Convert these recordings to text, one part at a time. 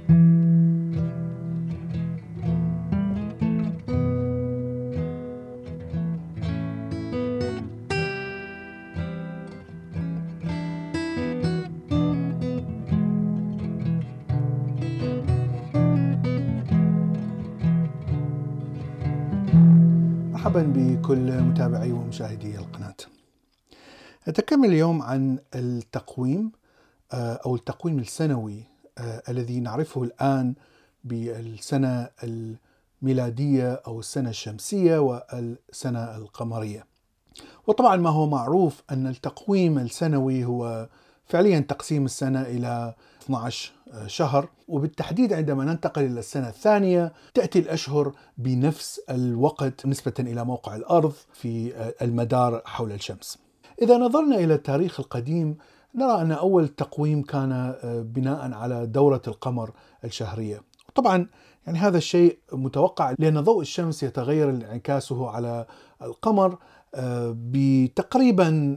مرحبا بكل متابعي ومشاهدي القناة. نتكلم اليوم عن التقويم أو التقويم السنوي الذي نعرفه الآن بالسنة الميلادية أو السنة الشمسية والسنة القمرية. وطبعا ما هو معروف أن التقويم السنوي هو فعليا تقسيم السنة إلى 12 شهر، وبالتحديد عندما ننتقل إلى السنة الثانية تأتي الأشهر بنفس الوقت نسبة إلى موقع الأرض في المدار حول الشمس. إذا نظرنا إلى التاريخ القديم نرى أن أول تقويم كان بناء على دورة القمر الشهرية. طبعا هذا الشيء متوقع لأن ضوء الشمس يتغير انعكاسه على القمر بتقريبا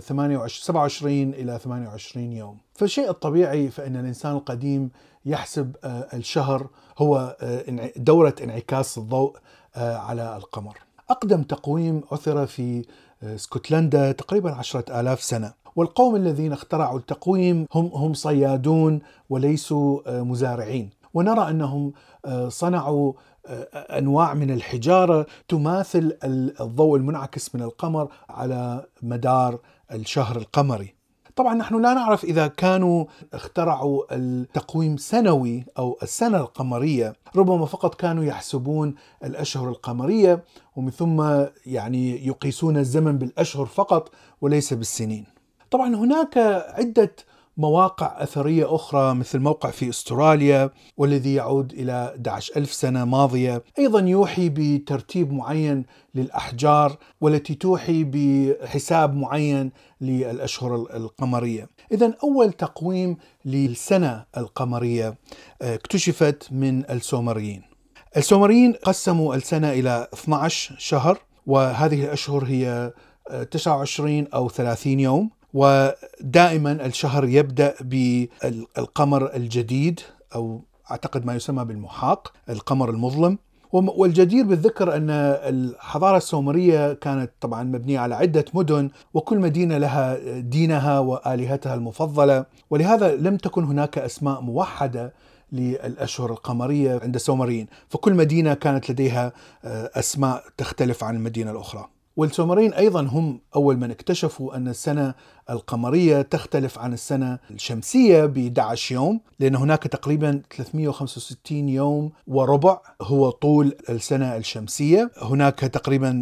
27 إلى 28 يوم. فالشيء الطبيعي فإن الإنسان القديم يحسب الشهر هو دورة انعكاس الضوء على القمر. أقدم تقويم عثر في اسكتلندا تقريبا 10,000 سنة، والقوم الذين اخترعوا التقويم هم صيادون وليسوا مزارعين، ونرى أنهم صنعوا أنواع من الحجارة تماثل الضوء المنعكس من القمر على مدار الشهر القمري. طبعا نحن لا نعرف إذا كانوا اخترعوا التقويم سنوي أو السنة القمرية، ربما فقط كانوا يحسبون الأشهر القمرية ومن ثم يقيسون الزمن بالأشهر فقط وليس بالسنين. طبعا هناك عدة مواقع أثرية أخرى مثل موقع في أستراليا والذي يعود إلى 11,000 سنة ماضية، أيضا يوحي بترتيب معين للأحجار والتي توحي بحساب معين للأشهر القمرية. إذن أول تقويم للسنة القمرية اكتشفت من السومريين. السومريين قسموا السنة إلى 12 شهر، وهذه الأشهر هي 29 أو 30 يوم، ودائما الشهر يبدأ بالقمر الجديد أو أعتقد ما يسمى بالمحاق، القمر المظلم. والجدير بالذكر أن الحضارة السومرية كانت طبعا مبنية على عدة مدن، وكل مدينة لها دينها وآلهتها المفضلة، ولهذا لم تكن هناك أسماء موحدة للأشهر القمرية عند السومريين، فكل مدينة كانت لديها أسماء تختلف عن المدينة الأخرى. والسومريين أيضا هم أول من اكتشفوا أن السنة القمرية تختلف عن السنة الشمسية ب11 يوم، لأن هناك تقريبا 365 يوم وربع هو طول السنة الشمسية، هناك تقريبا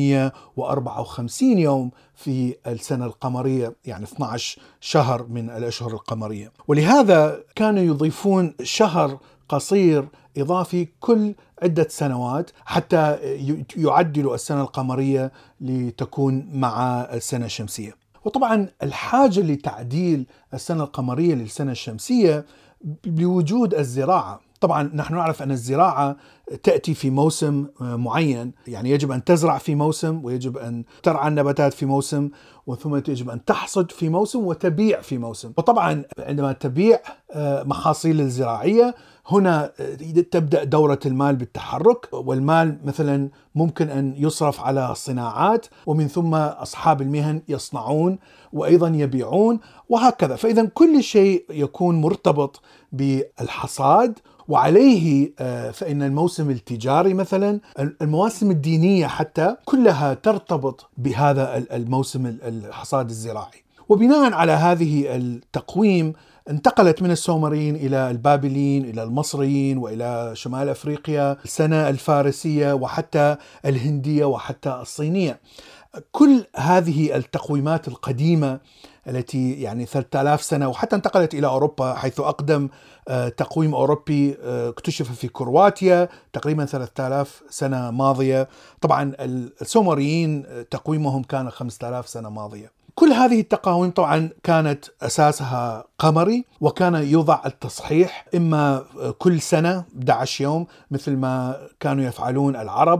354 يوم في السنة القمرية، 12 شهر من الأشهر القمرية. ولهذا كانوا يضيفون شهر قصير إضافي كل عدة سنوات حتى يعدلوا السنة القمرية لتكون مع السنة الشمسية. وطبعا الحاجة لتعديل السنة القمرية للسنة الشمسية بوجود الزراعة. طبعا نحن نعرف أن الزراعة تأتي في موسم معين، يجب أن تزرع في موسم، ويجب أن ترعى النباتات في موسم، وثم يجب أن تحصد في موسم وتبيع في موسم. وطبعا عندما تبيع محاصيل الزراعية هنا تبدأ دورة المال بالتحرك، والمال مثلا ممكن أن يصرف على الصناعات، ومن ثم أصحاب المهن يصنعون وأيضا يبيعون وهكذا. فإذا كل شيء يكون مرتبط بالحصاد، وعليه فإن الموسم التجاري مثلا، المواسم الدينية حتى كلها ترتبط بهذا الموسم الحصاد الزراعي. وبناء على هذه التقويم انتقلت من السومريين إلى البابليين، إلى المصريين، وإلى شمال أفريقيا السنة الفارسية وحتى الهندية وحتى الصينية. كل هذه التقويمات القديمة التي 3000 سنة، وحتى انتقلت إلى أوروبا، حيث أقدم تقويم أوروبي اكتشف في كرواتيا تقريبا 3000 سنة ماضية. طبعا السومريين تقويمهم كان 5000 سنة ماضية. كل هذه التقاويم طبعا كانت أساسها قمري، وكان يوضع التصحيح إما كل سنة 11 يوم مثل ما كانوا يفعلون العرب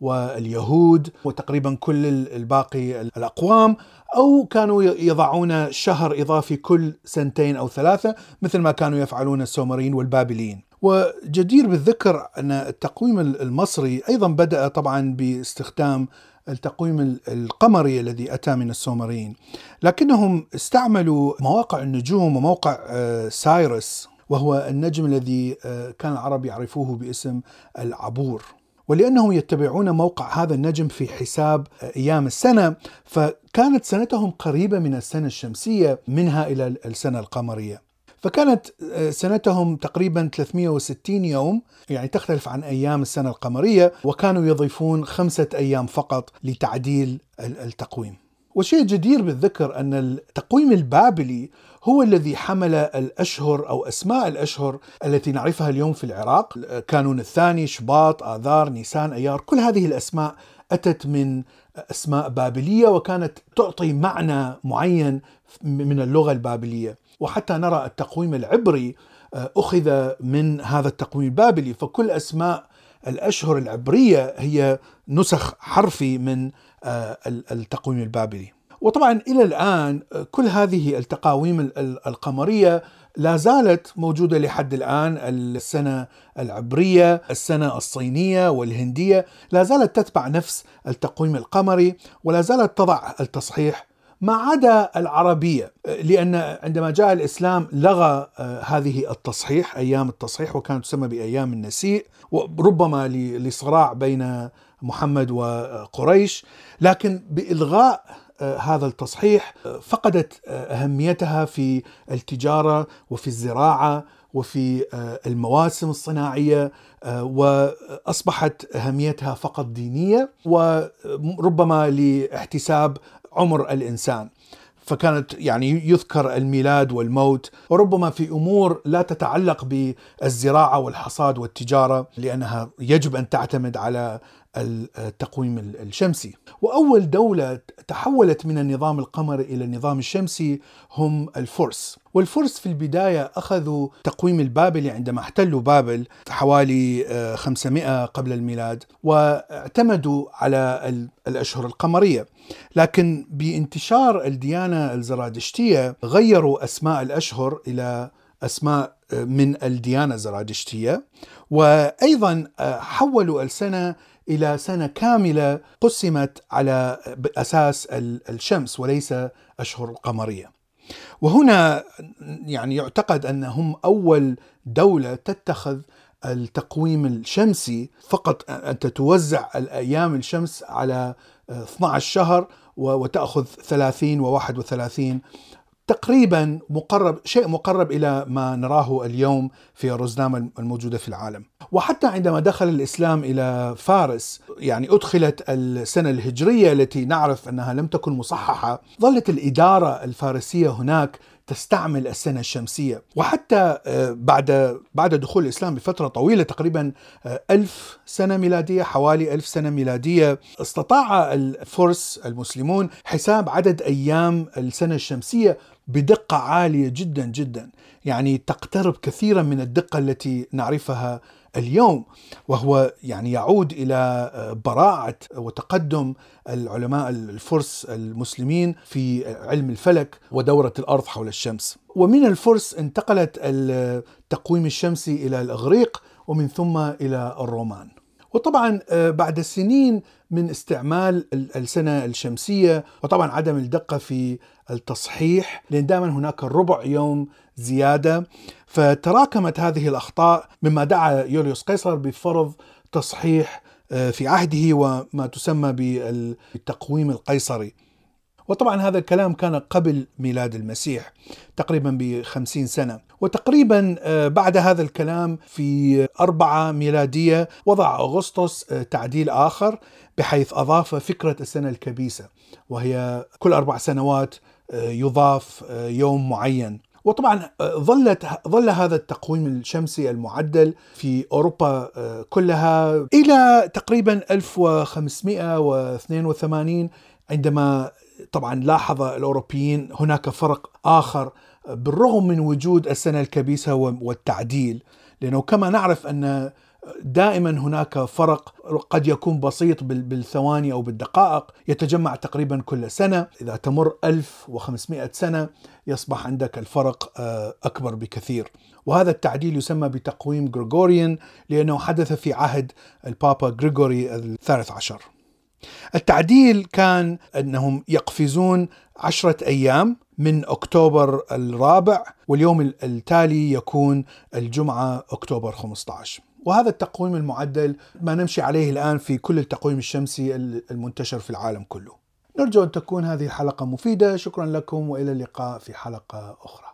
واليهود وتقريبا كل الباقي الأقوام، أو كانوا يضعون شهر إضافي كل 2 أو 3 مثل ما كانوا يفعلون السومريين والبابليين. وجدير بالذكر أن التقويم المصري أيضا بدأ طبعا باستخدام التقويم القمري الذي أتى من السومريين، لكنهم استعملوا مواقع النجوم وموقع سايرس، وهو النجم الذي كان العرب يعرفوه باسم العبور. ولأنهم يتبعون موقع هذا النجم في حساب أيام السنة، فكانت سنتهم قريبة من السنة الشمسية منها إلى السنة القمرية، فكانت سنتهم تقريبا 360 يوم، يعني تختلف عن أيام السنة القمرية، وكانوا يضيفون 5 أيام فقط لتعديل التقويم. وشيء جدير بالذكر أن التقويم البابلي هو الذي حمل الأشهر أو أسماء الأشهر التي نعرفها اليوم في العراق، كانون الثاني، شباط، آذار، نيسان، أيار، كل هذه الأسماء أتت من أسماء بابلية وكانت تعطي معنى معين من اللغة البابلية. وحتى نرى التقويم العبري أخذ من هذا التقويم البابلي، فكل أسماء الأشهر العبرية هي نسخ حرفي من التقويم البابلي. وطبعا إلى الآن كل هذه التقاويم القمرية لا زالت موجودة لحد الآن. السنة العبرية، السنة الصينية والهندية لا زالت تتبع نفس التقويم القمري، ولا زالت تضع التصحيح ما عدا العربية، لأن عندما جاء الإسلام لغى هذه التصحيح، أيام التصحيح، وكانت تسمى بأيام النسيء، وربما لصراع بين محمد وقريش. لكن بإلغاء هذا التصحيح فقدت أهميتها في التجارة وفي الزراعة وفي المواسم الصناعية، وأصبحت أهميتها فقط دينية وربما لاحتساب عمر الإنسان. فكانت يعني يذكر الميلاد والموت، وربما في أمور لا تتعلق بالزراعة والحصاد والتجارة، لأنها يجب أن تعتمد على التقويم الشمسي. وأول دولة تحولت من النظام القمري إلى النظام الشمسي هم الفرس. والفرس في البداية أخذوا تقويم البابلي عندما احتلوا بابل حوالي 500 قبل الميلاد، واعتمدوا على الأشهر القمرية. لكن بانتشار الديانة الزرادشتية غيروا أسماء الأشهر إلى أسماء من الديانة الزرادشتية، وأيضا حولوا السنة إلى سنة كاملة قسمت على أساس الشمس وليس أشهر قمرية. وهنا يعني يعتقد أنهم أول دولة تتخذ التقويم الشمسي فقط، أن توزع الأيام الشمس على 12 شهر وتأخذ 30 و31 تقريبا، شيء مقرب إلى ما نراه اليوم في الرزنامة الموجودة في العالم. وحتى عندما دخل الإسلام إلى فارس، يعني أدخلت السنة الهجرية التي نعرف أنها لم تكن مصححة، ظلت الإدارة الفارسية هناك تستعمل السنة الشمسية. وحتى بعد دخول الإسلام بفترة طويلة، تقريبا 1000 سنة ميلادية، حوالي 1000 سنة ميلادية، استطاع الفرس المسلمون حساب عدد أيام السنة الشمسية بدقة عالية جدا جدا، يعني تقترب كثيرا من الدقة التي نعرفها اليوم. وهو يعني يعود إلى براعة وتقدم العلماء الفرس المسلمين في علم الفلك ودورة الأرض حول الشمس. ومن الفرس انتقلت التقويم الشمسي إلى الإغريق، ومن ثم إلى الرومان. وطبعا بعد سنين من استعمال السنة الشمسية، وطبعا عدم الدقة في التصحيح، لأن دائما هناك ربع يوم زيادة، فتراكمت هذه الأخطاء، مما دعا يوليوس قيصر بفرض تصحيح في عهده وما تسمى بالتقويم القيصري. وطبعا هذا الكلام كان قبل ميلاد المسيح تقريبا ب50 سنة. وتقريبا بعد هذا الكلام في 4 ميلادية وضع أغسطس تعديل آخر، بحيث أضاف فكرة السنة الكبيسة، وهي كل 4 سنوات يضاف يوم معين. وطبعا ظل هذا التقويم الشمسي المعدل في أوروبا كلها إلى تقريبا 1582، عندما طبعا لاحظ الأوروبيين هناك فرق آخر بالرغم من وجود السنة الكبيسة والتعديل. لأنه كما نعرف أن دائما هناك فرق قد يكون بسيط بالثواني أو بالدقائق، يتجمع تقريبا كل سنة. إذا تمر 1500 سنة يصبح عندك الفرق أكبر بكثير. وهذا التعديل يسمى بتقويم غريغوريان لأنه حدث في عهد البابا غريغوري ال13. التعديل كان أنهم يقفزون 10 أيام من أكتوبر 4، واليوم التالي يكون الجمعة أكتوبر 15. وهذا التقويم المعدل ما نمشي عليه الآن في كل التقويم الشمسي المنتشر في العالم كله. نرجو أن تكون هذه الحلقة مفيدة. شكرا لكم وإلى اللقاء في حلقة أخرى.